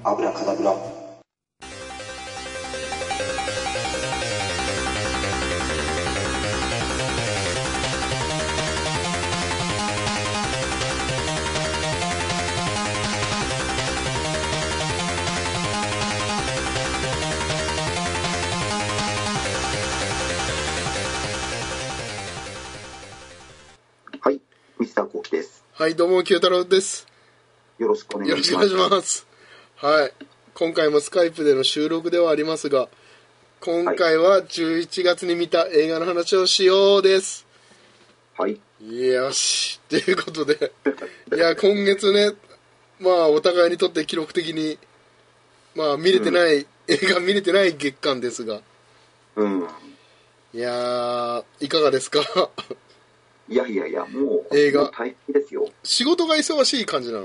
アブラカダブラ。 はい、ミスターコウキです。 はい、どうも、九太郎です。 よろしくお願いします。 よろしくお願いします。はい。今回もスカイプでの収録ではありますが、今回は11月に見た映画の話をしようです。 はい。 よし。ということで、いや、今月ね、まあ、お互いにとって記録的に、まあ、見れてない、映画見れてない月間ですが。 うん。 いやー、いかがですか？ いや、もう、 映画もう大変ですよ。 仕事が忙しい感じなの？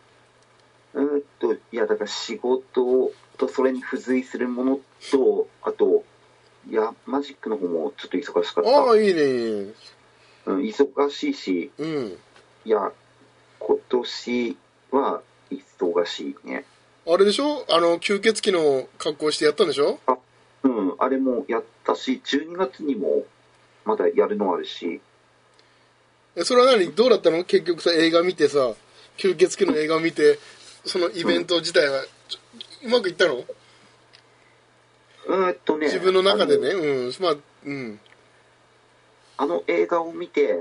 いや、だから仕事とそれに付随するものと、あと、いや、マジックの方もちょっと忙しかった。 ああ、いいね。 忙しいし、 うん。 いや、今年は忙しいね。 あれでしょ？吸血鬼の格好してやったんでしょ？ あれもやったし、12月にもまだやるのあるし。 それはどうだったの？結局さ、映画見てさ、吸血鬼の映画見て、そのイベント自体は、うまくいったの？自分の中でね、まあ、 あの映画を見て、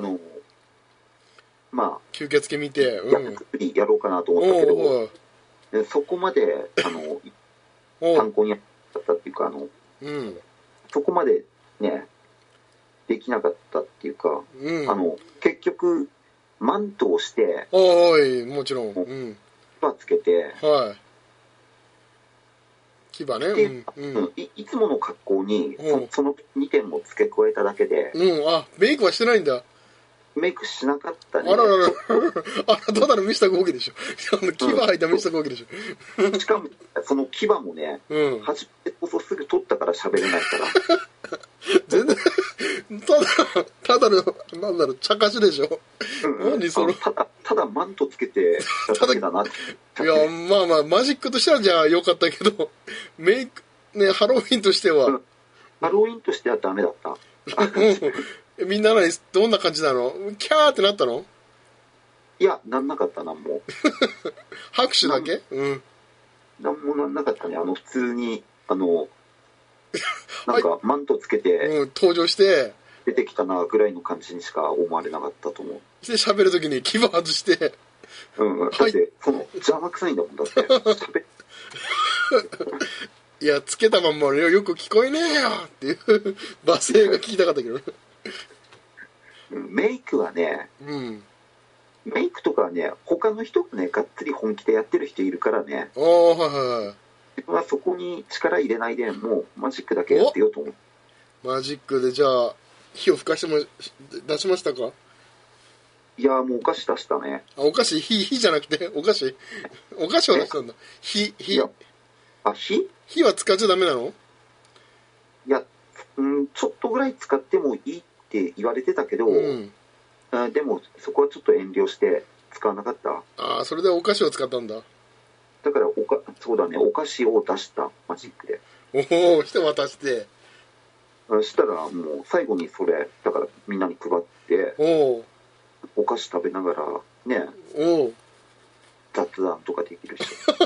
まあ、 吸血鬼見て、 やろうかなと思ったけど、そこまで、参考になったっていうか、そこまでね、できなかったっていうか、結局、マントをして、 もちろん、 牙つけて、 牙ね、 いつもの格好にその2点も付け加えただけで、 メイクはしてないんだ。 メイクしなかったね。 あら、ただのミスターコウキでしょ。牙入ったミスターコウキでしょ。しかも、その牙もね、初めこそすぐ取ったから喋れないから。 全然、ただの、なんだろう、茶化しでしょ。何その。 ただマントつけて、だけだなって。 いや、まあまあ、マジックとしてはじゃあ良かったけど、メイク、ね、ハロウィンとしては。 ハロウィンとしてはダメだった。 みんなどんな感じなの？キャーってなったの？ いや、なんなかったな、もう。 拍手だけ？ なんもなんなかったね。普通に、なんか、マントつけて、 登場して、 出てきたな、ぐらいの感じにしか思われなかったと思う。 で、喋るときに牙外して、 だって、邪魔くさいんだもん、だって。 いや、つけたまんまよく聞こえねえよっていう罵声が聞きたかったけどね。 メイクはね、メイクとかはね、他の人がね、がっつり本気でやってる人いるからね。自分はそこに力入れないで、もうマジックだけやってようと思う。 マジックで、じゃあ、火を吹かしても、出しましたか？ いや、もうお菓子出したね。 お菓子？火じゃなくて、お菓子を出したんだ。火火は使っちゃダメなの？ いや、ちょっとぐらい使ってもいいって言われてたけど、でもそこはちょっと遠慮して使わなかった。 それでお菓子を使ったんだ。 だからそうだね、お菓子を出した、マジックで。 して渡して。 したらもう最後にそれ、だからみんなに配って、お菓子食べながらね、雑談とかできるし。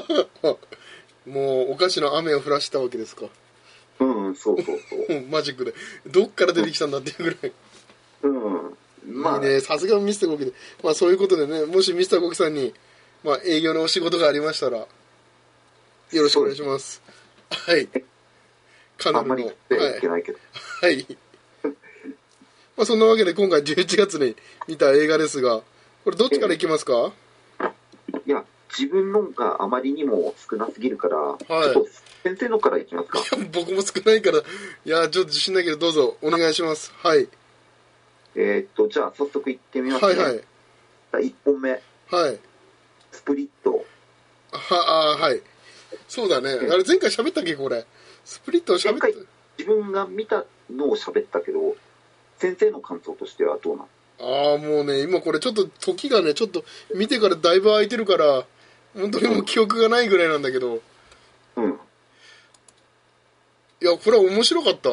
もうお菓子の雨を降らしたわけですか？ そう。 マジックで。どっから出てきたんだっていうぐらい。いいね、さすがミスターコキで。まあそういうことでね、もしミスターコキさんに、まあ営業のお仕事がありましたら、よろしくお願いします。はい。 あんまり言っていけないけど。 はい。まあそんなわけで今回11月に見た映画ですが、これどっちからいきますか？ いや、自分のがあまりにも少なすぎるから、ちょっと先生のからいきますか。 僕も少ないから、いや、ちょっと自信ないけど、どうぞお願いします。はい。 じゃあ早速いってみますね。1本目。スプリット。 はい。そうだね。あれ前回喋ったっけ、これ。スプリットを喋った。 自分が見たのを喋ったけど、先生の感想としてはどうなの？ もうね、今これちょっと時がね、ちょっと見てからだいぶ空いてるから、 本当にもう記憶がないぐらいなんだけど。 うん。 いや、これは面白かった？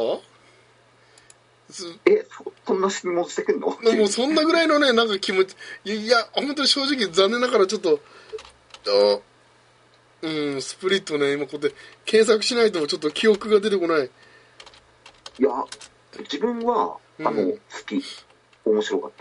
そんな質問してくんの？もうそんなぐらいのね、なんか気持ち、いや、本当に正直残念ながらちょっと、スプリットね、今こうやって検索しないとちょっと記憶が出てこない。 いや、自分は、好き。面白かった。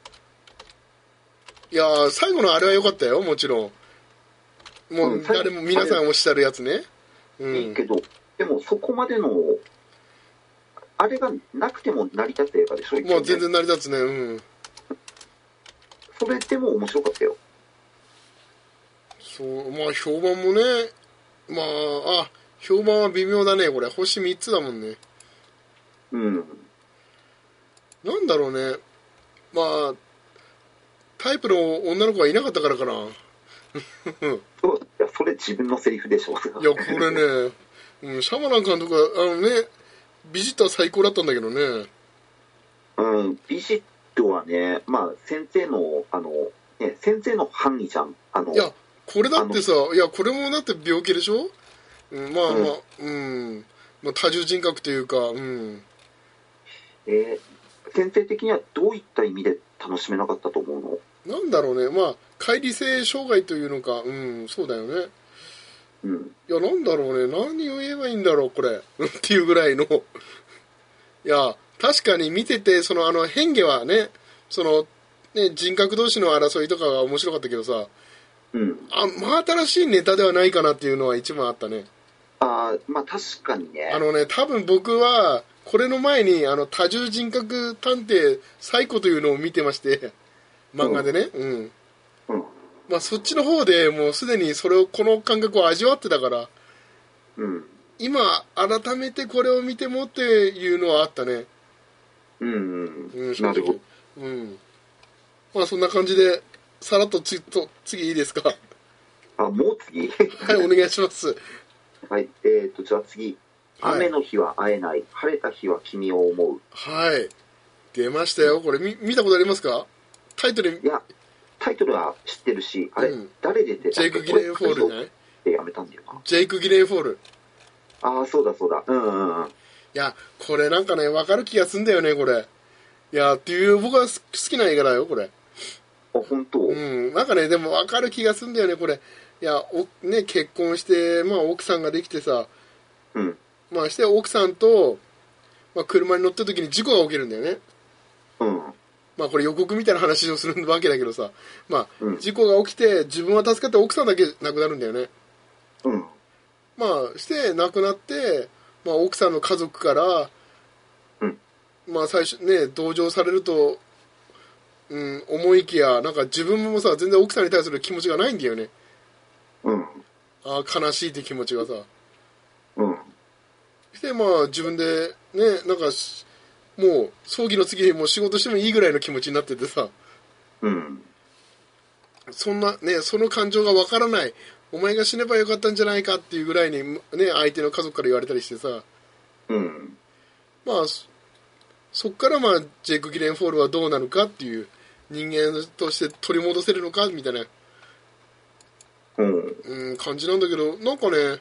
いや、最後のあれは良かったよ、もちろん。もう、誰も皆さんおっしゃるやつね。 いいけど、でもそこまでの、あれがなくても成り立つ映画でしょ、 まあ全然成り立つね、うん。 それでも面白かったよ。 そう、まあ評判もね、まあ、評判は微妙だね、これ。星3つだもんね。 うん。 なんだろうね。まあ、タイプの女の子がいなかったからかな。いや、それ自分のセリフでしょ。 いや、これね、シャマラン監督は、ビジットは最高だったんだけどね。 ビジットはね、まあ、先生の範囲じゃん。 いや、これだってさ、いや、これもだって病気でしょ？まあ、多重人格というか、 先生的にはどういった意味で楽しめなかったと思うの？なんだろうね、まあ、乖離性障害というのか、そうだよね。いや、なんだろうね、何を言えばいいんだろう、これ。っていうぐらいの。いや、確かに見てて、変化はね、人格同士の争いとかが面白かったけどさ、真新しいネタではないかなっていうのは一番あったね。 まあ確かにね。 多分僕は、これの前に、多重人格探偵サイコというのを見てまして、漫画でね。まあそっちの方でもうすでにこの感覚を味わってたから、今、改めてこれを見てもっていうのはあったね。 なるほど。 まあそんな感じで、さらっと次いいですか？ もう次はい、お願いします。 はい、じゃあ次。雨の日は会えない、晴れた日は君を思う。 はい。出ましたよ。これ見たことありますか？タイトル。 いや、タイトルは知ってるし、あれ、誰で出たっけ？ ジェイク・ギレンフォールじゃない？ でやめたんだよな。 ジェイク・ギレンフォール。 そうだ。 いや、これなんかね、わかる気がすんだよね、これ。いや、っていう僕は好きな映画だよ、これ。 本当？ なんかね、でもわかる気がすんだよね、これ。いや、結婚して、まあ奥さんができてさ、まあして奥さんと、まあ車に乗った時に事故が起きるんだよね。まあこれ予告みたいな話をするわけだけどさ、まあ、事故が起きて自分は助かって奥さんだけ亡くなるんだよね。まあして亡くなって、まあ奥さんの家族から、まあ最初ね、同情されると、思いきや、なんか自分もさ、全然奥さんに対する気持ちがないんだよね。悲しいって気持ちがさ。で、まあ自分で、ね、なんか、もう葬儀の次にもう仕事してもいいぐらいの気持ちになっててさ。そんな、ね、その感情がわからない。お前が死ねばよかったんじゃないかっていうぐらいに、ね、相手の家族から言われたりしてさ。まあ、そっからまあ、ジェイク・ギレンフォールはどうなるかっていう、人間として取り戻せるのかみたいな、感じなんだけど、なんかね、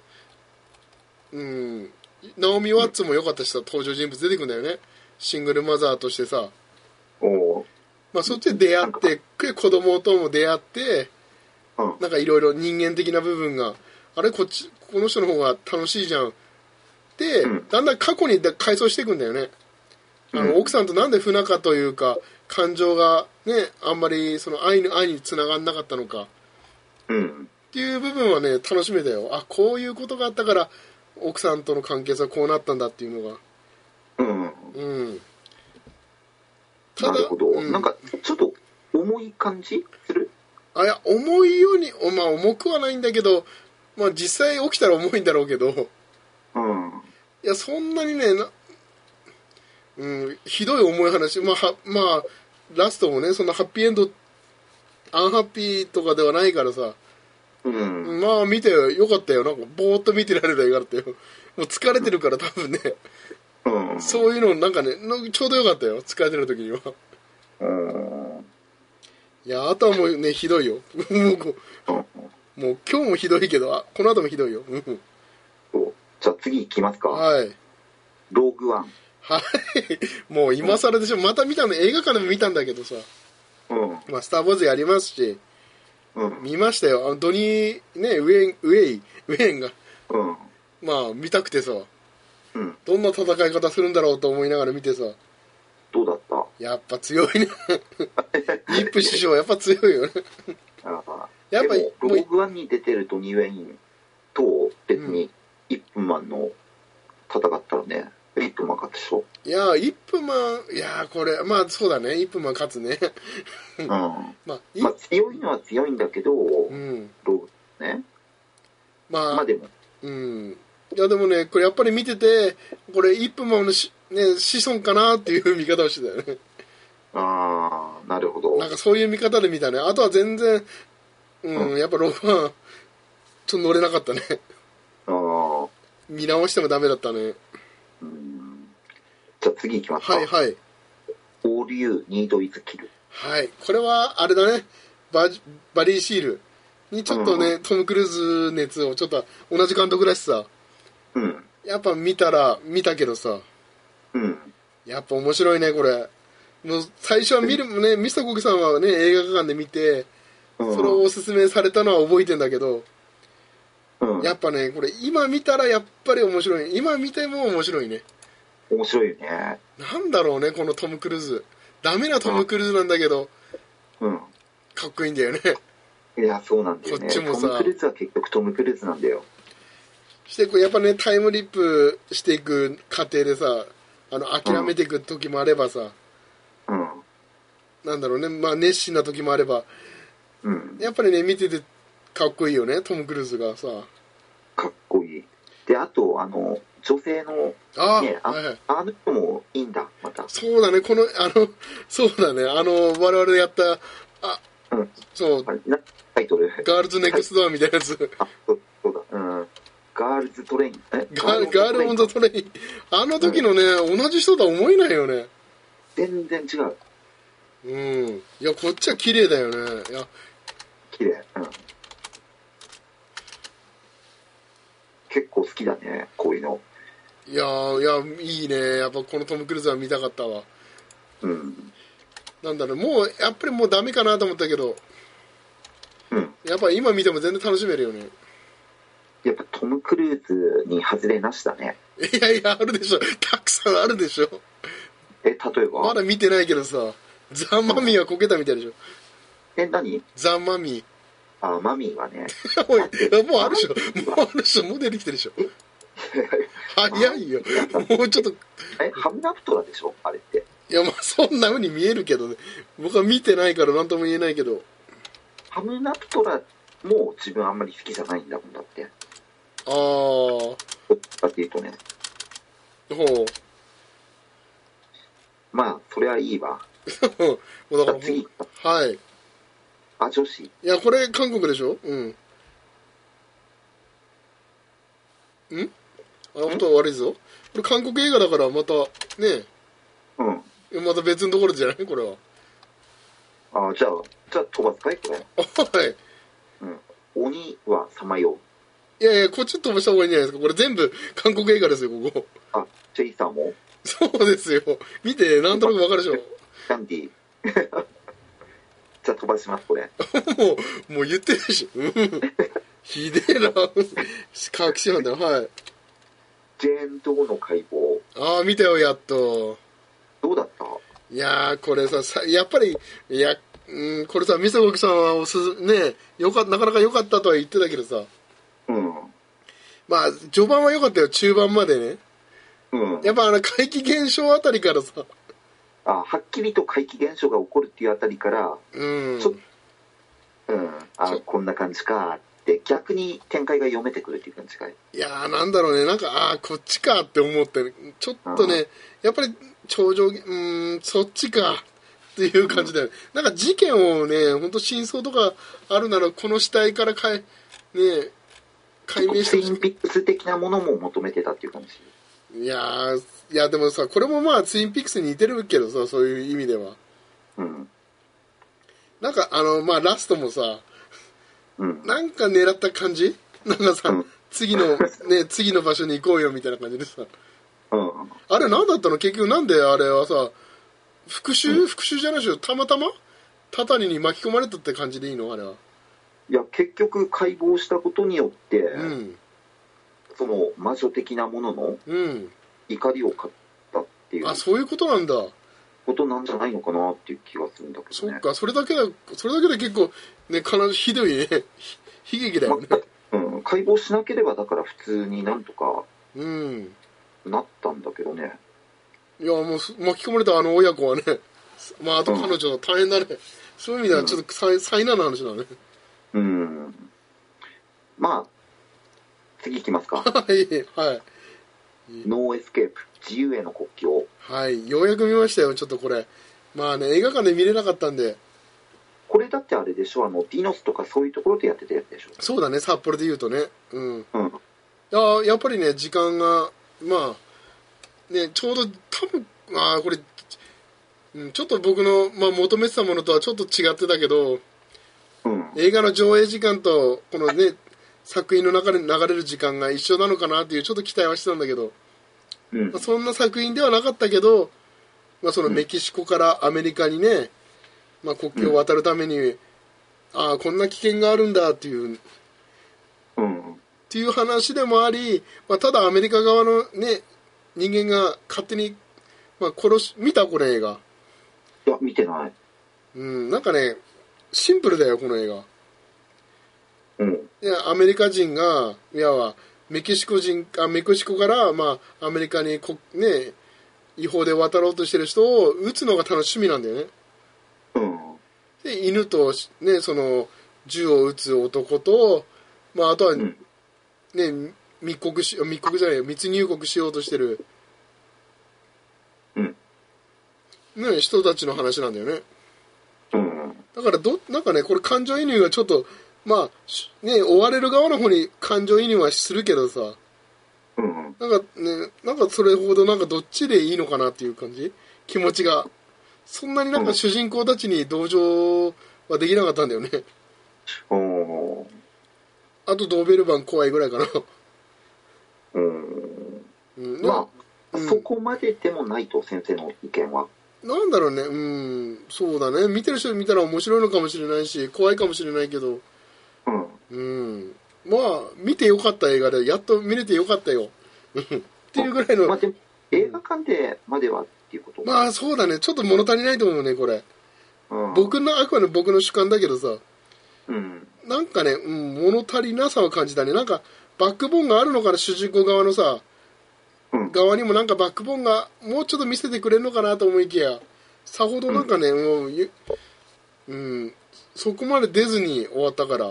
ナオミ・ワッツも良かったしさ、登場人物出てくるんだよね。シングルマザーとしてさ。まあ、そっちで出会って、子供とも出会って、なんかいろいろ人間的な部分が、あれ、この人の方が楽しいじゃん。で、だんだん過去に回想していくんだよね。奥さんとなんで不仲というか、感情がね、あんまり愛につながんなかったのか。っていう部分はね、楽しめたよ。こういうことがあったから、奥さんとの関係性はこうなったんだっていうのが。 なるほど。なんか、ちょっと重い感じする？ いや、重いように、まあ重くはないんだけど、まあ実際起きたら重いんだろうけど、いや、そんなにね、ひどい重い話、まあ、ラストもね、そんなハッピーエンド、アンハッピーとかではないからさ、まあ見てよかったよ。なんかぼーっと見てられた映画だったよ。もう疲れてるから多分ね、そういうのなんかね、ちょうどよかったよ。疲れてる時には。いや、あとはもうね、ひどいよ。 もう今日もひどいけど、この後もひどいよ。 じゃあ次行きますか。 はい。 ローグワン。 はい。もう今更でしょ。また見たの、映画館でも見たんだけどさ。まあ、スター・ウォーズやりますし、見ましたよ。ドニー、ね、ウェインが、まあ、見たくてさ、どんな戦い方するんだろうと思いながら見てさ、 どうだった？ やっぱ強いね。イップ師匠、やっぱ強いよね。 やっぱり、ローグワンに出てるドニー・ウェインと別にイップマンの戦ったらね、イップマン勝つでしょ。 いやイップマン、いやこれ、まあそうだね、イップマン勝つね。 まあ強いのは強いんだけど、ローグね。まあでも。 いやでもね、これやっぱり見てて、これイップマンの子孫かなっていう見方をしてたよね。 ああ、なるほど。 なんかそういう見方で見たね。あとは全然、やっぱローグワン、ちょっと乗れなかったね。見直してもダメだったね。 じゃあ次行きますか。 はいはい。 All You Need Is Kill。 はい。これは、あれだね。バリー・シールにちょっとね、トム・クルーズ熱をちょっと同じ監督らしさ。やっぱ見たけどさ。やっぱ面白いね、これ。もう最初は見るね、ミスターコキさんはね、映画館で見て、それをおすすめされたのは覚えてんだけど、やっぱね、これ今見たらやっぱり面白い。今見ても面白いね。 面白いよね。 なんだろうね、このトム・クルーズ。ダメなトム・クルーズなんだけど、かっこいいんだよね。 いや、そうなんだよね。トム・クルーズは結局トム・クルーズなんだよ。 してこうやっぱね、タイムリップしていく過程でさ、諦めていく時もあればさ、なんだろうね、まあ熱心な時もあれば、やっぱりね、見ててかっこいいよね、トム・クルーズがさ。 かっこいい。で、あと、女性の、ね、あの人もいいんだ、また。 そうだね、そうだね、我々やった、そう、 タイトル。 ガールズネクストドアみたいなやつ。 そうだ、ガールズトレイン。 ガールオンザトレイン。あの時のね、同じ人とは思えないよね。 全然違う。 いや、こっちは綺麗だよね。いや、 綺麗。結構好きだね、こういうの。 いや、いいね。やっぱこのトム・クルーズは見たかったわ。なんだろう、もう、やっぱりもうダメかなと思ったけど、やっぱ今見ても全然楽しめるよね。 やっぱトム・クルーズに外れなしだね。 いやいや、あるでしょ。たくさんあるでしょ。 例えばまだ見てないけどさ、ザ・マミーはこけたみたいでしょ。 何？ ザ・マミー。 マミーはね。 もうあるでしょ。もう出てきてるでしょ。早いよ。もうちょっと。 ハムナプトラでしょあれって。 いや、まあそんな風に見えるけどね。僕は見てないから何とも言えないけど。 ハムナプトラも自分あんまり好きじゃないんだもんだって。 どっちかっていうとね。 ほう。 まあ、それはいいわ。 もうだから次。 はい。 女子。 いや、これ韓国でしょ？本当は悪いぞ。これ韓国映画だからまた、ね。また別のところじゃないこれは。 じゃあ飛ばすかいこれ。 はい。 鬼はさまよう。いや、こっち飛ばした方がいいんじゃないですか。これ全部韓国映画ですよ、ここ。 ジェイさんもそうですよ。見て、なんとなくわかるでしょ。 キャンディー。じゃあ飛ばします、これ。 もう言ってるでしょ。ひでえな。隠しなんだよ、はい。 ジェーン・ドーの解剖。 見たよ、やっと。 どうだった？ いやー、これさ、やっぱり、これさ、ミサゴキさんはなかなか良かったとは言ってたけどさ。まあ、序盤は良かったよ、中盤までね。やっぱ怪奇現象あたりからさ。 はっきりと怪奇現象が起こるっていうあたりから、こんな感じかって逆に展開が読めてくるっていう感じかい。 いやー、なんだろうね、なんかこっちかって思って、ちょっとね、やっぱり頂上そっちかっていう感じだよね。なんか事件をね、本当真相とかあるならこの死体から解明してツインピックス的なものも求めてたっていう感じ。 いやでもさ、これもまあツインピックスに似てるけどさ、そういう意味では。なんかまあラストもさ、 なんか狙った感じなんかさ、次の場所に行こうよみたいな感じでさ。あれ何だったの結局なんであれはさ、復讐じゃないでしょ。たまたまタタニに巻き込まれたって感じでいいのあれは。 いや、結局解剖したことによって、その魔女的なものの怒りを買ったっていう。 あ、そういうことなんだ。 ことなんじゃないのかなっていう気がするんだけどね。 そっか、それだけで結構ね、ひどいね、悲劇だよね。 解剖しなければだから普通になんとかなったんだけどね。 いや、もう巻き込まれたあの親子はね、まああと彼女は大変だね。そういう意味ではちょっと災難の話だね。 まあ次行きますか。 はい。 ノーエスケープ、自由への国境。 はい、ようやく見ましたよ、ちょっとこれ。まあね、映画館で見れなかったんで。 これだってあれでしょ、ディノスとかそういうところでやってたやつでしょ。 そうだね、札幌で言うとね。やっぱりね、時間が、まあ、ね、ちょうど多分、これ、ちょっと僕の、求めてたものとはちょっと違ってたけど、映画の上映時間と、このね、作品の中で流れる時間が一緒なのかなっていうちょっと期待はしてたんだけど、そんな作品ではなかったけど、そのメキシコからアメリカにね、国境を渡るために、こんな危険があるんだっていう、っていう話でもあり、ただアメリカ側のね、人間が勝手に、見たこの映画。 いや、見てない。 なんかね、シンプルだよ、この映画。いや、アメリカ人が、いわば、メキシコから、アメリカにね、違法で渡ろうとしてる人を撃つのが楽しみなんだよね。で、犬と、ね、その、銃を撃つ男と、あとは、ね、密入国しようとしてる、ね、人たちの話なんだよね。だからなんかね、これ感情移入がちょっと、追われる側の方に感情移入はするけどさ、なんかそれほどなんかどっちでいいのかなっていう感じ気持ちが。そんなになんか主人公たちに同情はできなかったんだよね。あとドーベルマン怖いぐらいかな。 そこまででもないと、先生の意見は。 なんだろうね、そうだね。見てる人見たら面白いのかもしれないし、怖いかもしれないけど、見てよかった映画で、やっと見れてよかったよ。っていうぐらいの。 でも映画館でまではっていうこと？ そうだね。ちょっと物足りないと思うね、これ。あくまで僕の主観だけどさ。なんかね、物足りなさを感じたね。なんか、バックボーンがあるのかな、主人公側のさ、側にもなんかバックボーンがもうちょっと見せてくれるのかなと思いきや、さほどなんかね、もう、そこまで出ずに終わったから、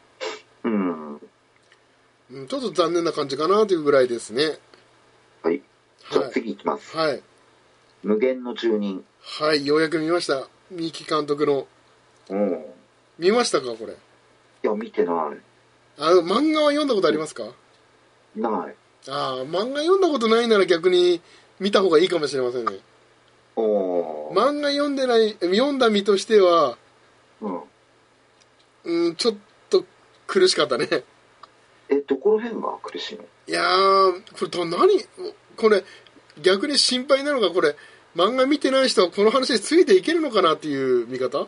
ちょっと残念な感じかなというぐらいですね。 はい。じゃあ次いきます。 はい。 無限の住人。 はい、ようやく見ました。三木監督の。見ましたか、これ。 いや、見てない。 漫画は読んだことありますか？ ない。 漫画読んだことないなら逆に見た方がいいかもしれませんね。漫画読んだ身としては、ちょっと苦しかったね。 どこら辺が苦しいの？ いやこれ逆に心配なのが、これ漫画見てない人はこの話についていけるのかなっていう見方？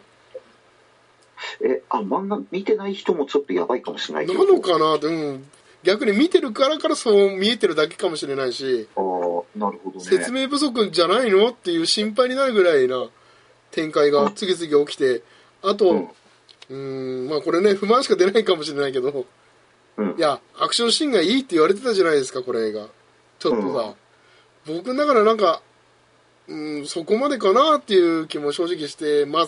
漫画見てない人もちょっとやばいかもしれないけど。 なのかなって、逆に見てるからそう見えてるだけかもしれないし、 なるほどね。 説明不足じゃないのっていう心配になるぐらいな展開が次々起きて、あと、これね、不満しか出ないかもしれないけど、いや、アクションシーンがいいって言われてたじゃないですか、これ映画。ちょっとさ、僕だからなんか、そこまでかなっていう気も正直してます。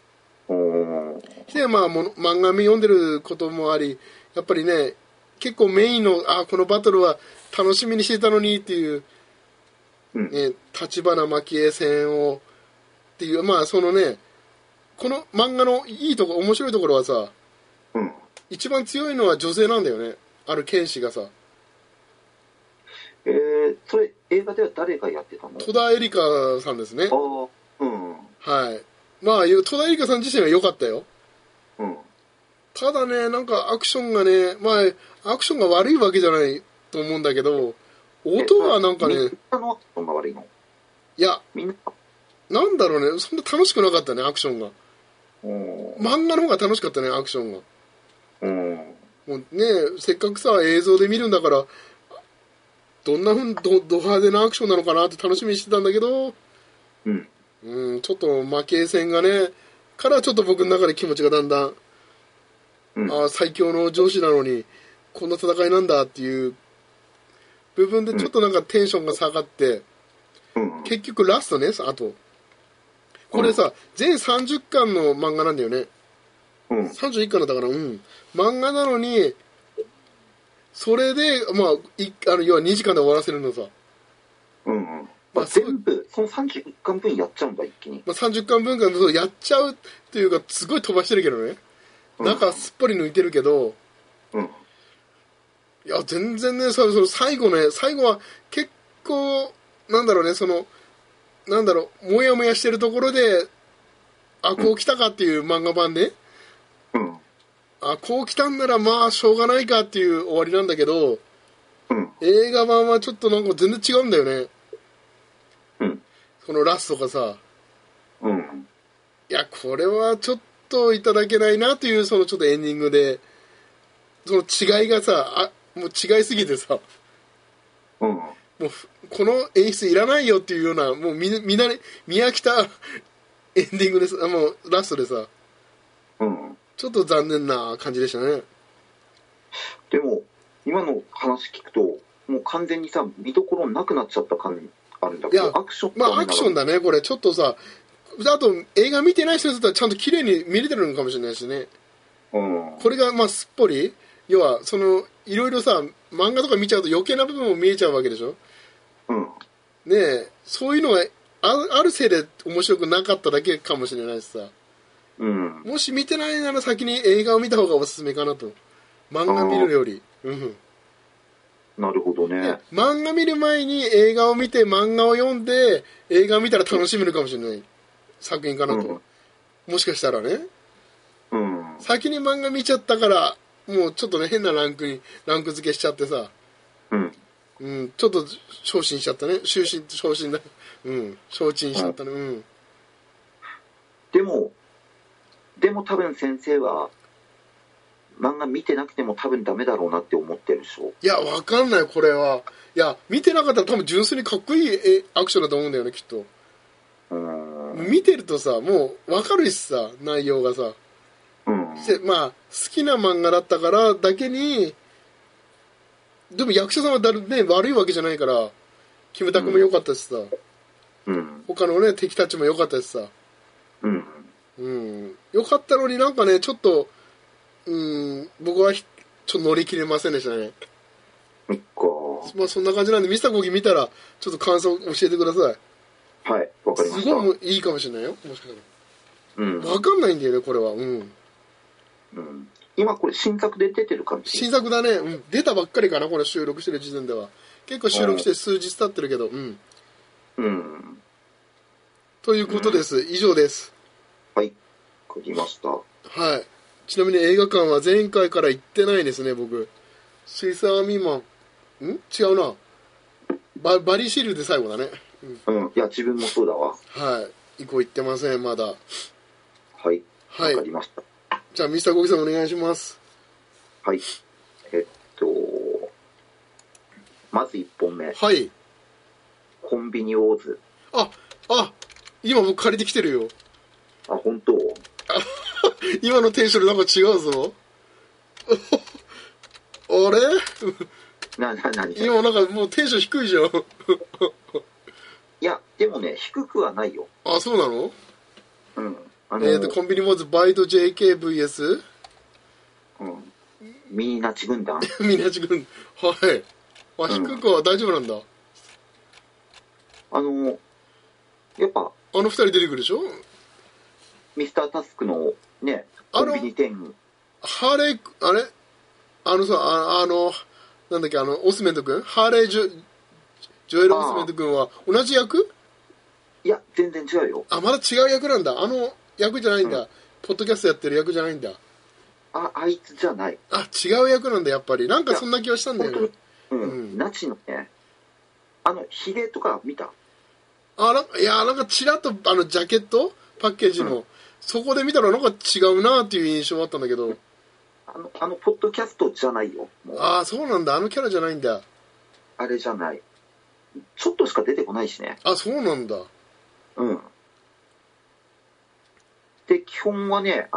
で、漫画読んでることもあり、やっぱりね、結構メインの、このバトルは楽しみにしてたのにっていう、立花蒔絵戦を、っていう、そのね、この漫画のいいところ、面白いところはさ、一番強いのは女性なんだよね。ある剣士がさ。 それ、映画では誰がやってたの？ 戸田恵梨香さんですね。はい。戸田恵梨香さん自身は良かったよ。 ただね、なんかアクションがね、まあ、アクションが悪いわけじゃないと思うんだけど、音がなんかね、 みんなのアクションが悪いの？ いや、 みんな、 なんだろうね、そんな楽しくなかったね、アクションが。漫画の方が楽しかったね、アクションが。もうね、せっかくさ、映像で見るんだから、どんなド派手なアクションなのかなって楽しみにしてたんだけど、ちょっと負け戦がね、からちょっと僕の中で気持ちがだんだん、最強の上司なのに、こんな戦いなんだっていう部分でちょっとなんかテンションが下がって、結局ラストね、あと。これさ、全30巻の漫画なんだよね。31巻だから、漫画なのに、それで、まあ、要は2時間で終わらせるのさ。 まあ、全部、その31巻分やっちゃうんだ、一気に。 まあ、30巻分間やっちゃうっていうか、すごい飛ばしてるけどね。中すっぽり抜いてるけど、いや、全然ね、最後は結構、なんだろうね、もやもやしてるところで、こう来たかっていう漫画版ね。こう来たんならまあ、しょうがないかっていう終わりなんだけど、映画版はちょっとなんか全然違うんだよね。そのラストがさ。いや、これはちょっといただけないなという、ちょっとエンディングで、その違いがさ、もう違いすぎてさ、もうこの演出いらないよっていうような、もう見飽きたエンディングです、もうラストでさ、ちょっと残念な感じでしたね。 でも、今の話聞くと、もう完全にさ、見どころなくなっちゃった感あるんだけど、アクションまあアクションだね、これ。ちょっとさ、あと映画見てない人だったらちゃんと綺麗に見れてるのかもしれないしね。これがまあすっぽり、要は、いろいろさ、漫画とか見ちゃうと余計な部分も見えちゃうわけでしょ。ねえ、そういうのがあるせいで面白くなかっただけかもしれないしさ。もし見てないなら先に映画を見た方がおすすめかなと。漫画見るより。 なるほどね。 漫画見る前に映画を見て漫画を読んで映画を見たら楽しめるかもしれない作品かなと。もしかしたらね。先に漫画見ちゃったから、もうちょっとね、変なランク付けしちゃってさ。ちょっと昇進しちゃったね。昇進だ。昇進しちゃったね。 でも多分先生は、漫画見てなくても多分ダメだろうなって思ってるでしょ。 いや、わかんない、これは。いや、見てなかったら多分純粋にかっこいいアクションだと思うんだよね、きっと。見てるとさ、もうわかるしさ、内容がさ。まあ、好きな漫画だったからだけに、でも役者さんはね、悪いわけじゃないから、キムタクも良かったしさ。他のね、敵たちも良かったしさ。良かったのになんかね、ちょっと、僕はちょっと乗り切れませんでしたね。まあそんな感じなんで、ミスターコギ見たら、ちょっと感想教えてください。 はい、わかりました。 すごいいいかもしれないよ、もしかしたら。わかんないんだよね、これは。 今これ新作で出てる感じ？ 新作だね。出たばっかりかな、これ収録してる時点では。結構収録して数日経ってるけど、ということです。以上です。 はい、書きました。 はい。ちなみに映画館は前回から行ってないですね、僕。スイスアーミーマン。違うな。バリーシールで最後だね。 いや、自分もそうだわ。 はい。以降行ってません、まだ。 はい。わかりました。 じゃあ、ミスターコキさんお願いします。 はい。まず1本目。 はい。 コンビニウォーズ。 今僕借りてきてるよ。 本当？ 今のテンションなんか違うぞ。あれ？ 何？ 今なんかもうテンション低いじゃん。 いや、でもね、低くはないよ。 そうなの？コンビニモーズバイト JKVS？ ミニナチ軍団。 ミニナチ軍団。はい。低くは大丈夫なんだ。 やっぱ、 二人出てくるでしょ？ ミスタータスクのね、コンビニ店。 ハーレー、あれなんだっけ、オスメント君？ハーレージョエル・オスメント君は同じ役？ いや、全然違うよ。 まだ違う役なんだ。役じゃないんだ。ポッドキャストやってる役じゃないんだ。 あいつじゃない。 違う役なんだ、やっぱり。なんかそんな気はしたんだよね。 ナチのね、ヒゲとか見た？ いや、なんかちらっと、ジャケットパッケージの、そこで見たらなんか違うなっていう印象があったんだけど。 ポッドキャストじゃないよ。 そうなんだ。キャラじゃないんだ。 あれじゃない。ちょっとしか出てこないしね。 そうなんだ。 で、基本はね、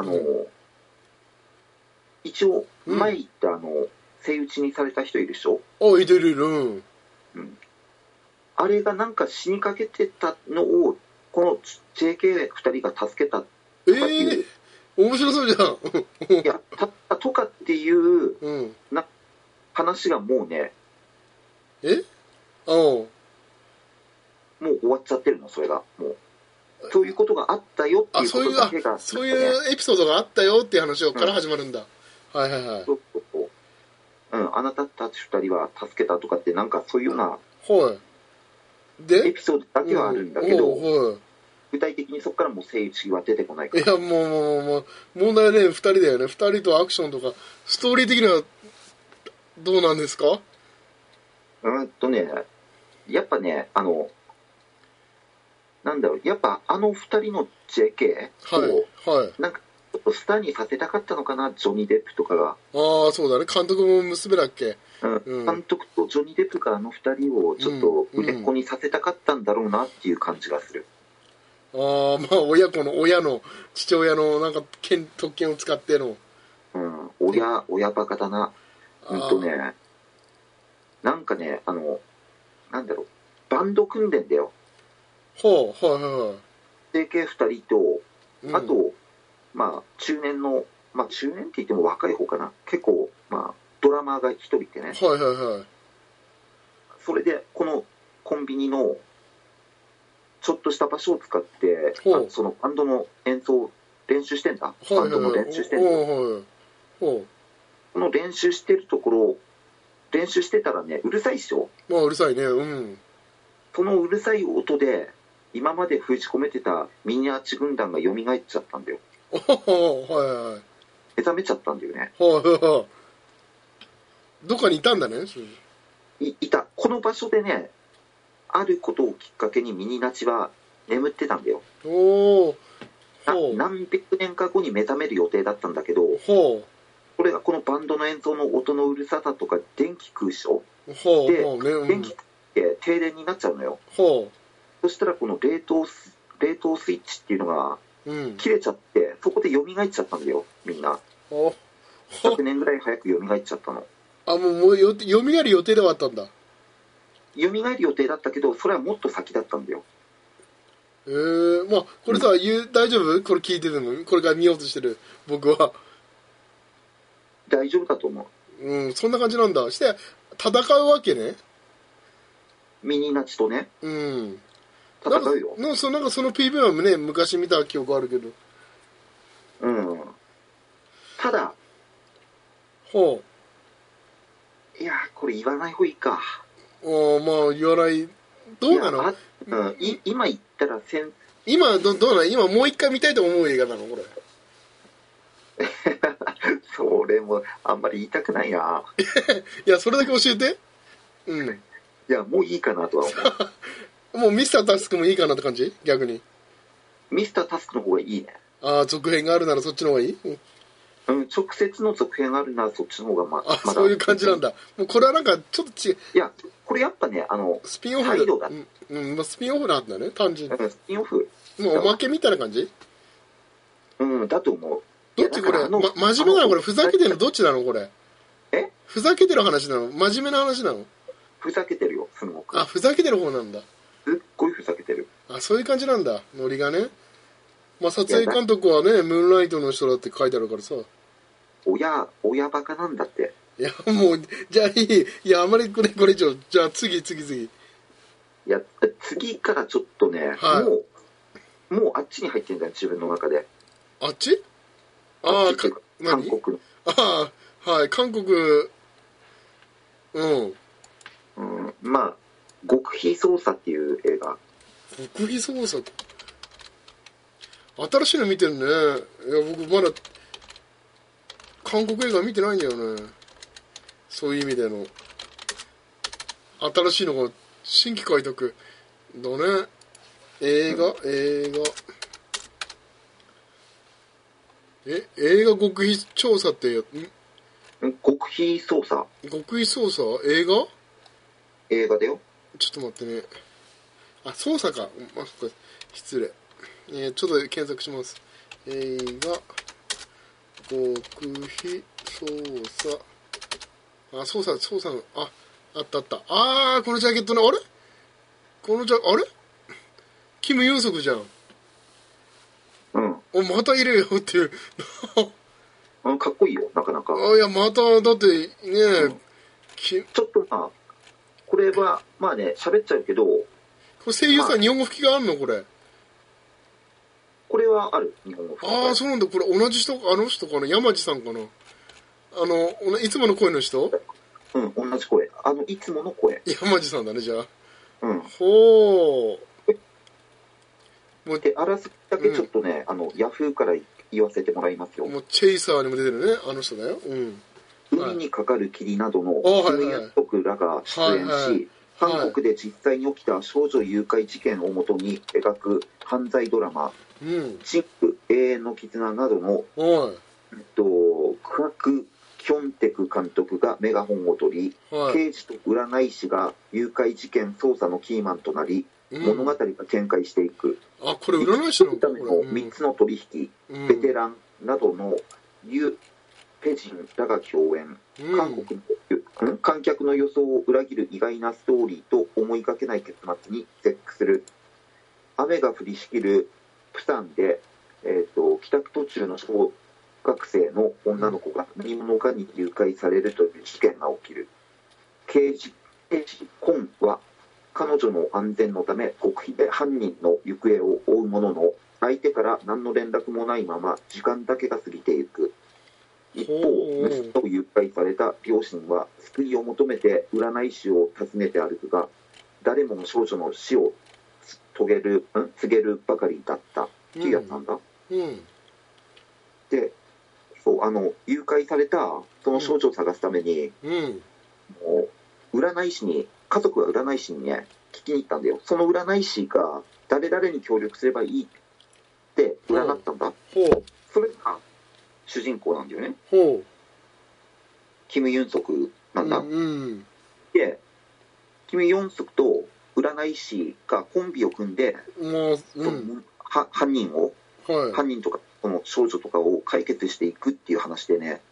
一応、前言ったセイウチにされた人いるでしょ？ いる。 あれがなんか死にかけてたのを、この JK2 人が助けたとかっていう。 面白そうじゃん。 いや、とかっていう、話がもうね、もう終わっちゃってるの、それが。もう。そういうことがあったよっていうことだけが、 そういうエピソードがあったよっていう話から始まるんだ。はいはいはい。 あなたたち2人は助けたとかって、なんかそういうような、エピソードだけはあるんだけど、具体的にそこからもうセイウチは出てこないから。 いや、もう、問題はね、2人だよね。2人とアクションとか、ストーリー的にはどうなんですか？ やっぱね、なんだろう、やっぱ2人の JK を、なんかちょっとスターにさせたかったのかな、ジョニー・デップとかが。 そうだね。監督も娘だっけ？ 監督とジョニー・デップが2人をちょっと売れっ子にさせたかったんだろうなっていう感じがする。 親の父親のなんか特権を使っての。 親バカだな。なんかね、なんだろう、バンド組んでんだよ。JK2 人と、あと、中年の、中年って言っても若い方かな。結構、ドラマーが1人いてね。それで、このコンビニの、ちょっとした場所を使って、そのバンドの演奏を練習してんだ。バンドの練習してんだ。この練習してるところ、練習してたらね、うるさいっしょ？ うるさいね。 そのうるさい音で、今まで封じ込めてたミニアーチ軍団が蘇っちゃったんだよ。目覚めちゃったんだよね。 どっかにいたんだね。 いた。この場所でね、あることをきっかけにミニナチは眠ってたんだよ。何百年か後に目覚める予定だったんだけど、これがこのバンドの演奏の音のうるささとか電気食うでしょ。で、電気食って停電になっちゃうのよ。そしたらこの冷凍スイッチっていうのが切れちゃって、そこで蘇っちゃったんだよ、みんな。100年ぐらい早く蘇っちゃったの。 もう蘇る予定ではあったんだ。 蘇る予定だったけど、それはもっと先だったんだよ。 これさ、大丈夫？これ聞いてるの？これから見ようとしてる僕は。 大丈夫だと思う。そんな感じなんだ。して戦うわけね。 ミニナチとね。戦うよ。 なんかその PV はね、昔見た記憶あるけど。 ただ、いや、これ言わない方がいいか。 言わない。どうなの？ 今言ったら今、どうなの？今もう一回見たいと思う映画なのこれ。 それもあんまり言いたくないな。 いや、それだけ教えて。 いや、もういいかなとは思う。もうミスタータスクもいいかなって感じ？逆に。 ミスタータスクの方がいいね。 続編があるならそっちの方がいい？ 直接の続編があるならそっちの方がまだ。 そういう感じなんだ。もうこれはなんかちょっと違う。 いや、これやっぱね、 スピンオフだ。スピンオフなんだね、単純に。 スピンオフ。 もうおまけみたいな感じ？ だと思う。 どっちこれ、真面目なのこれ、ふざけてるのどっちなのこれ。ふざけてる話なの？真面目な話なの？ ふざけてるよ、すごく。 ふざけてる方なんだ。 すっごいふざけてる。 そういう感じなんだ、ノリがね。撮影監督はね、ムーンライトの人だって書いてあるからさ。 親バカなんだって。 いや、もう、じゃあいい。いや、あまりこれ以上。じゃあ次。いや、次からちょっとね、もうあっちに入ってんだよ、自分の中で。 あっち？ 韓国。 韓国、 極秘捜査っていう映画。 極秘捜査？新しいの見てるね。いや、僕まだ、 韓国映画見てないんだよね。そういう意味での。新しいのが、新規開拓だね。映画極秘調査って極秘捜査極秘捜査映画だよ。 ちょっと待ってね。あ、捜査か。失礼。ちょっと検索します。映画極秘捜査。あ、捜査の、あった。このジャケットね。あれキム・ユンソクじゃん。また入れよっていう。 かっこいいよ、なかなか。 いや、また、だってね、 ちょっとこれは、喋っちゃうけど。これ声優さん、日本語吹きがあるのこれ。 これはある、日本語吹き。 そうなんだ。これ同じ人、あの人かな、山地さんかな。いつもの声の人？ 同じ声。いつもの声。 山地さんだね、じゃあ。 ほー。で、あらすじだけちょっとね、ヤフーから言わせてもらいますよ。 もうチェイサーにも出てるね、あの人だよ。 海にかかる霧などのキム・ユンソクらが出演し、韓国で実際に起きた少女誘拐事件をもとに描く犯罪ドラマ、チップ永遠の絆などの、クアク・キョンテク監督がメガホンを取り、刑事と占い師が誘拐事件捜査のキーマンとなり、物語が展開していく。 これ占い師のための3つの取引、ベテランなどのユ・ペジンらが共演。観客の予想を裏切る意外なストーリーと思いがけない結末に絶句する。雨が降りしきるプサンで、帰宅途中の小学生の女の子が何者かに誘拐されるという事件が起きる。刑事コンは彼女の安全のため極秘で犯人の行方を追うものの、相手から何の連絡もないまま時間だけが過ぎていく。一方、娘を誘拐された両親は救いを求めて占い師を訪ねて歩くが、誰もの少女の死を告げるばかりだったっていうやつなんだ。で、誘拐されたその少女を探すために、家族が占い師にね、聞きに行ったんだよ。その占い師が誰々に協力すればいいって占ったんだ。それが主人公なんだよね。キム・ユンソクなんだ。で、キム・ユンソクと占い師がコンビを組んで、犯人とかその少女とかを解決していくっていう話でね。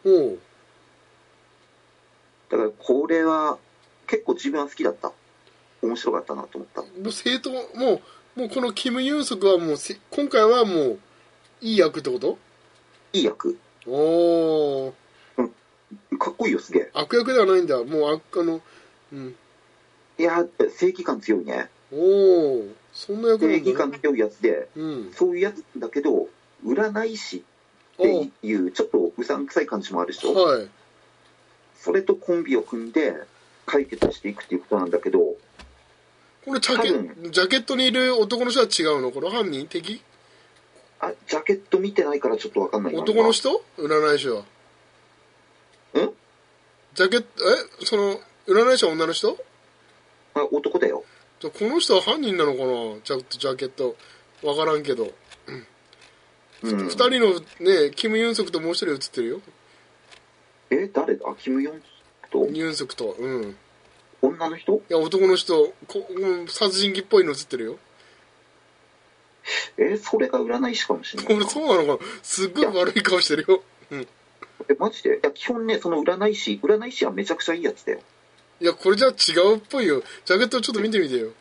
だからこれは結構自分は好きだった。面白かったなと思った。 もうこのキム・ユンソクはもう今回はもういい役ってこと？ いい役。かっこいいよ、すげえ。 悪役ではないんだ。もういや、正義感強いね。 そんな役なんだね。 正義感強いやつで、そういうやつだけど、占い師っていうちょっとうさんくさい感じもあるでしょ。それとコンビを組んで解決していくっていうことなんだけど、 これジャケットにいる男の人は違うの？この犯人敵？ ジャケット見てないからちょっと分かんないな。 男の人？占い師は。ジャケット、その、占い師は女の人？ 男だよ。 じゃこの人は犯人なのかな？ジャケット。分からんけど。二人のね、キム・ユンソクともう一人写ってるよ。 誰だ？キム・ユンソクと女の人？いや、男の人。殺人鬼っぽいの写ってるよ。 それが占い師かもしれない。 これそうなのかな？すっごい悪い顔してるよ。 マジで？いや、基本ね、その占い師はめちゃくちゃいいやつだよ。 いや、これじゃ違うっぽいよ。ジャケットちょっと見てみてよ。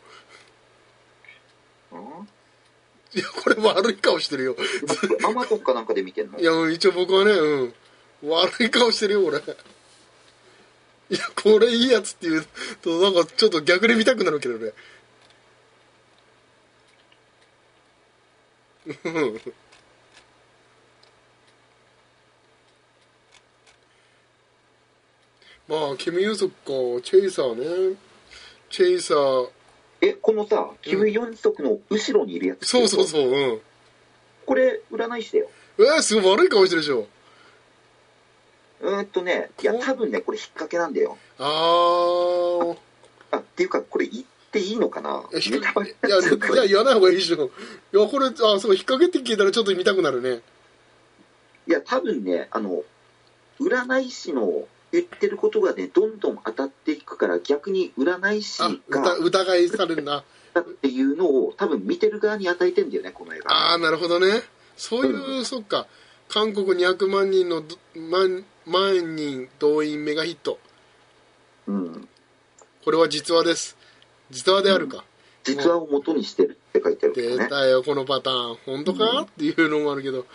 いや、これ悪い顔してるよ。 アマゾンかなんかで見てんの？ いや、一応僕はね、悪い顔してるよ、俺。いや、これいいやつって言うと、なんかちょっと逆に見たくなるけどね。キム・ユンソクか、チェイサーね。チェイサー。 このさ、キム・ユンソクの後ろにいるやつ。 そう。 これ、占い師だよ。 すごい悪い顔してるでしょ。 いや、多分ね、これ引っ掛けなんだよ。っていうか、これ言っていいのかな？ネタバレいや、言わない方がいいでしょ。いや、これ、そう、引っ掛けって聞いたらちょっと見たくなるね。 いや、多分ね、占い師の言ってることがね、どんどん当たっていくから、逆に占い師が疑いされるな。 っていうのを多分見てる側に与えてんだよね、この映画。 なるほどね。そういう、そっか。韓国200万人の万人動員メガヒット。これは実話です。実話であるか。 実話を元にしてるって書いてあるけどね。 出たよ、このパターン。本当か、っていうのもあるけど。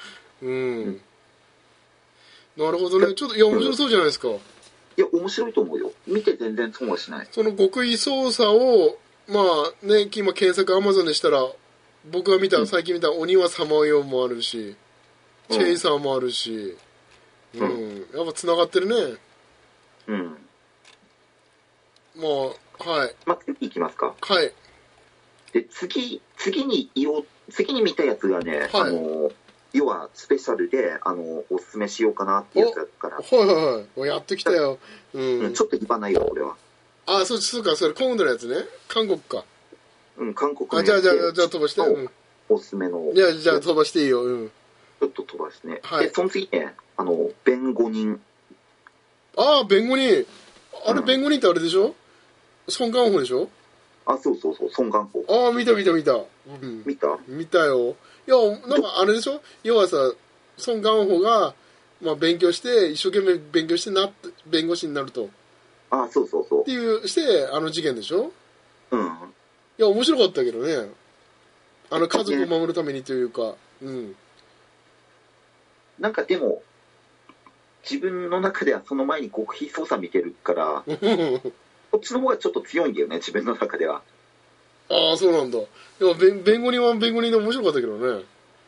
なるほどね。ちょっと、いや、面白そうじゃないですか。いや、面白いと思うよ。見て全然損はしない。 その極意捜査を、まあね、今検索 Amazon でしたら、僕が最近見た鬼はさまようもあるし、チェイサーもあるし、やっぱ繋がってるね。まあ、はい。 次いきますか。 はい。 で、次に見たやつがね、要はスペシャルで、おすすめしようかなっていうやつだから。 はい。やってきたよ。 ちょっと言わないよ、これは。 そうか、それ今度のやつね。韓国か。 韓国のやつ。 じゃあ飛ばして。 おすすめの。 じゃあ飛ばしていいよ。 ちょっと飛ばしてね。で、その次ね、弁護人。 弁護人。弁護人ってあれでしょ？ソン・ガンホでしょ？ そう、ソン・ガンホ。 見た。 見た？ 見たよ。いや、なんかあれでしょ？要はさ、ソン・ガンホが、まあ勉強して、一生懸命勉強して弁護士になると。 そう。 っていう、して、事件でしょ？ いや、面白かったけどね。家族を守るためにというか、 なんかでも、自分の中ではその前に極秘捜査見てるから、こっちの方がちょっと強いんだよね、自分の中では。 そうなんだ。いや、弁護人は弁護人で面白かったけどね。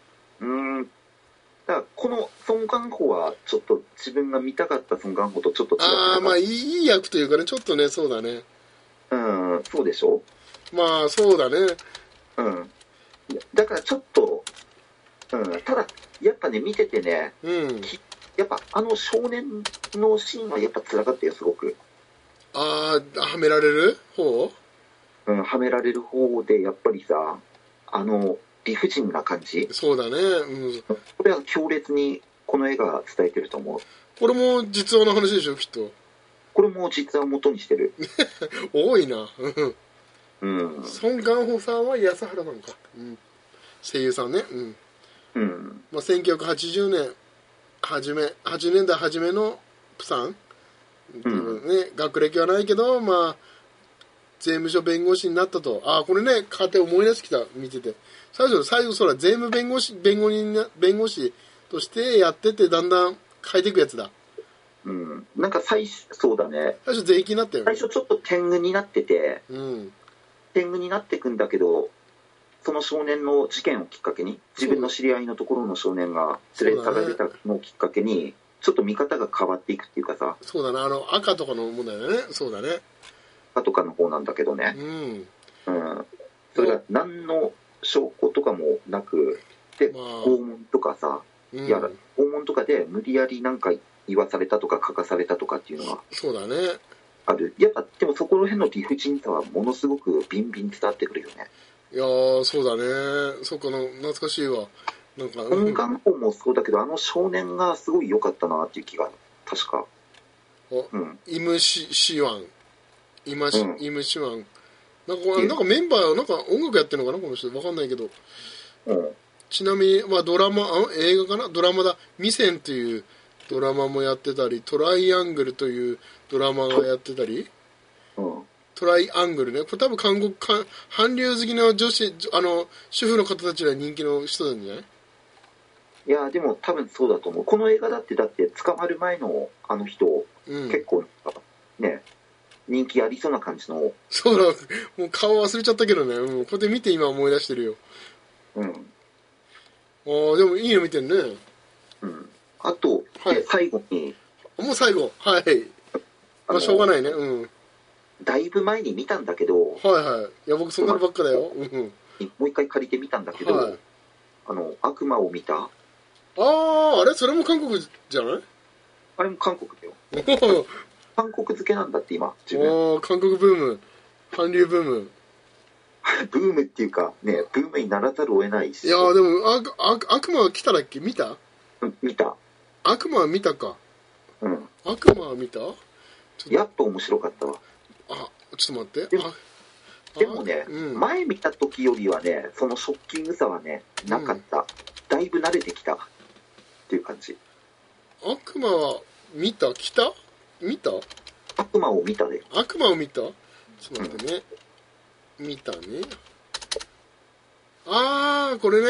だからこのソン・ガンホはちょっと自分が見たかったソン・ガンホとちょっと違う。 まあいい役というかね、ちょっとね、そうだね。 そうでしょ？ まあそうだね。 だからちょっと、ただやっぱね見ててね、やっぱ少年のシーンはやっぱ辛かったよ、すごく。 はめられる方？ はめられる方でやっぱりさ、理不尽な感じ。 そうだね。 これは強烈にこの映画が伝えてると思う。 これも実話の話でしょ、きっと。 これも実話を元にしてる。 多いな。ソン・ガンホさんは安原なのか。声優さんね。まあ、1980年80年代初めのプサンっていうね、学歴はないけど、まあ、税務署弁護士になったと。これね、家庭思い出してきた、見てて。最初、そら、税務弁護士としてやってて、だんだん変えていくやつだ。 なんかそうだね。 最初税金になったよね。 最初ちょっと天狗になってて、天狗になっていくんだけど、その少年の事件をきっかけに、自分の知り合いのところの少年が連れ去られたのをきっかけに、ちょっと見方が変わっていくっていうかさ。 そうだね、赤とかの問題だね。そうだね。 赤とかの方なんだけどね。それが何の証拠とかもなく、で、拷問とかさ、拷問とかで無理やりなんか言わされたとか書かされたとかっていうのが。 そうだね。 ある。やっぱ、でもそこら辺の理不尽さはものすごくビンビン伝わってくるよね。 いやー、そうだね。そうかな、懐かしいわ。なんか。 音楽法もそうだけど、少年がすごい良かったなっていう気が、確か。 イムシワン。イムシワン。なんかメンバー、なんか音楽やってるのかな、この人。わかんないけど。ちなみに、まあドラマ、映画かなドラマだ。ミセンというドラマもやってたり、トライアングルというドラマがやってたり。トライアングルね。これ多分韓流好きな女子、主婦の方たちが人気の人なんじゃない？ いや、でも多分そうだと思う。この映画だって捕まる前の人、結構、ね、人気ありそうな感じの。 そうだ、もう顔忘れちゃったけどね。こうやって見て今思い出してるよ。でもいいの見てるね。 あと、最後に。 もう最後。はい。まあしょうがないね。 だいぶ前に見たんだけど、 いや僕そんなのばっかだよ。 もう一回借りてみたんだけど、悪魔を見た。 あれそれも韓国じゃない？ あれも韓国だよ。韓国漬けなんだって今、 自分。韓国ブーム。韓流ブーム。 ブームっていうか、ね、ブームにならざるを得ないし。 いやでも、悪魔は来ただっけ？見た？ 見た。 悪魔は見たか。 うん。 悪魔は見た？ やっぱ面白かったわ。 ちょっと待って。 でもね、前見た時よりはね、そのショッキングさはね、なかった。だいぶ慣れてきた。っていう感じ。 悪魔は見た？来た？見た？ 悪魔を見たで。 悪魔を見た？ちょっと待ってね。見たね。これね。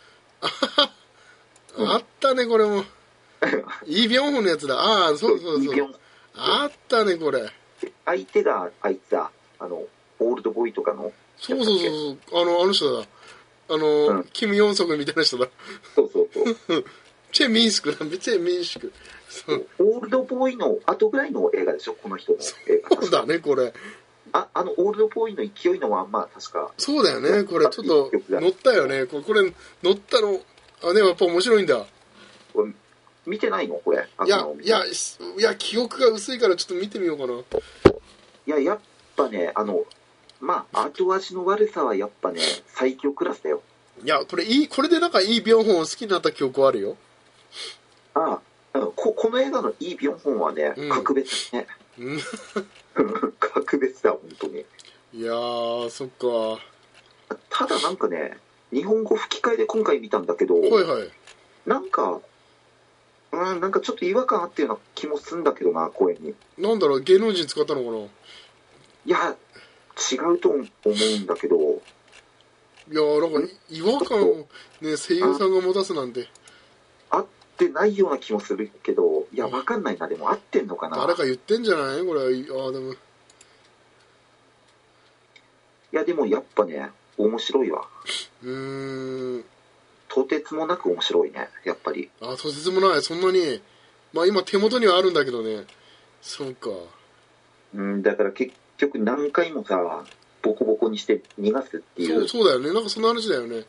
あったね、これも。イ・ビョンホンのやつだ。そう。あったね、これ。 相手があいつだ。オールドボーイとかの。 そう。あの人だ。キム・ヨンソクみたいな人だ。 そう。 チェ・ミンシクだ。チェ・ミンシク。 オールドボーイの後ぐらいの映画でしょ、この人の映画。 そうだね、これ。 オールドボーイの勢いのまんま、確か。 そうだよね、これ、ちょっと、乗ったよね。これ、乗ったの、やっぱ面白いんだ。 これ見てないのこれ。 いや、記憶が薄いからちょっと見てみようかな。 いや、やっぱね、後味の悪さはやっぱね、最強クラスだよ。 いや、これでなんかいいビョンホンを好きになった記憶あるよ。 この映画のいいビョンホンはね、格別ね。格別だ、本当に。 いやー、そっか。 ただなんかね、日本語吹き替えで今回見たんだけど、なんかちょっと違和感あったような気もするんだけどな、声に。 なんだろう、芸能人使ったのかな？いや、違うと思うんだけど。 いやー、なんか違和感をね、声優さんが持たすなんて。 合ってないような気もするけど、いや、わかんないな、でも合ってんのかな。 誰か言ってんじゃないこれ。でも。 いや、でもやっぱね、面白いわ。とてつもなく面白いね、やっぱり。 とてつもない、そんなに。今手元にはあるんだけどね。そうか。 だから結局何回もさ、ボコボコにして逃がすっていう。 そうだよね、なんかそんな話だよね。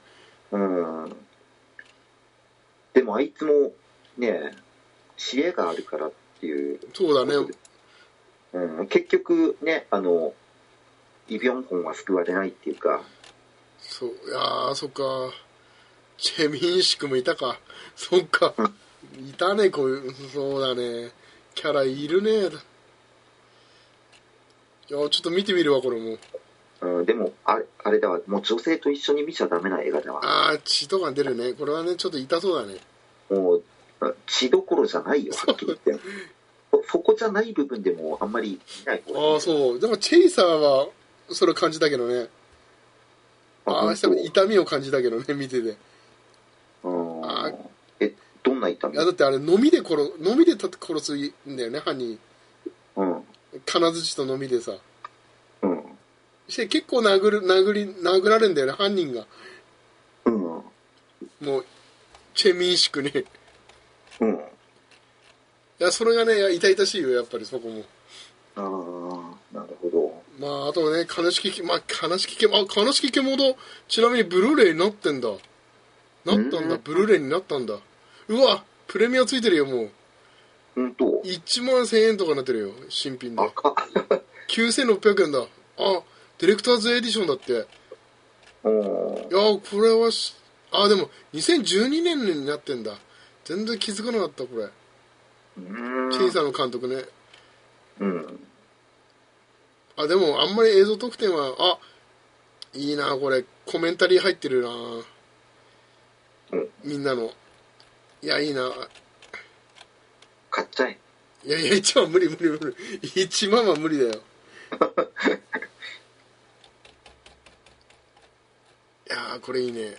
でもあいつもね、知恵があるからっていう。 そうだね。 結局ね、イ・ビョンホンは救われないっていうか。 そっか。チェ・ミンシクもいたか。そっか。いたね、そうだね。キャラいるね。いや、ちょっと見てみるわ、これも。 でも、あれだわ、もう女性と一緒に見ちゃダメな映画だわ。 血とか出るね。これはね、ちょっと痛そうだね。 もう、血どころじゃないよ、はっきり言って。そこじゃない部分でもあんまり見ない。 そう。でもチェイサーは、それ感じたけどね。痛みを感じたけどね、見てて。 どんな痛み？ だってあれ、飲みで殺すんだよね、犯人。金槌と飲みでさ。して結構殴られるんだよね、犯人が。もう、チェ・ミンシクに。いや、それがね、痛々しいよ、やっぱりそこも。 なるほど。あとね、悲しきケモード、ちなみにブルーレイになってんだ。ブルーレイになったんだ。うわ、プレミアついてるよ、もう。1万1000円とかなってるよ、新品で。9600円だ。ディレクターズエディションだって。いや、これはでも、2012年になってんだ。全然気づかなかった、これ。チェイサーの監督ね。でも、あんまり映像特典は、いいな、これ。コメンタリー入ってるな。みんなの。いや、いいな。 買っちゃえ。 いや、1万無理。1万は無理だよ。いやこれいいね。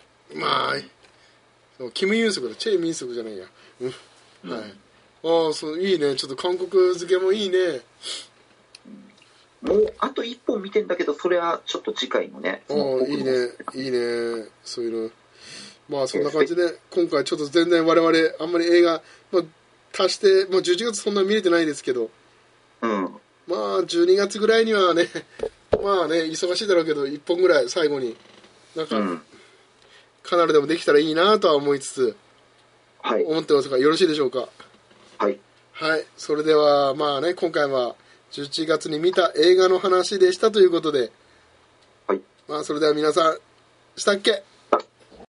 キム・ユンソクだ。チェ・ミンソクじゃないや。そう、いいね。ちょっと韓国漬けもいいね。 もう、あと1本見てんだけど、それはちょっと次回のね。 いいね。そういうの。そんな感じで、今回ちょっと全然我々、あんまり映画、足して、もう11月そんな見れてないですけど、12月ぐらいにはね、忙しいだろうけど、1本ぐらい最後に、カナルでもできたらいいなとは思いつつ、思ってますが、よろしいでしょうか。 はい。 はい。それでは、まあね、今回は11月に見た映画の話でしたということで、 はい。 まあ、それでは皆さん、したっけ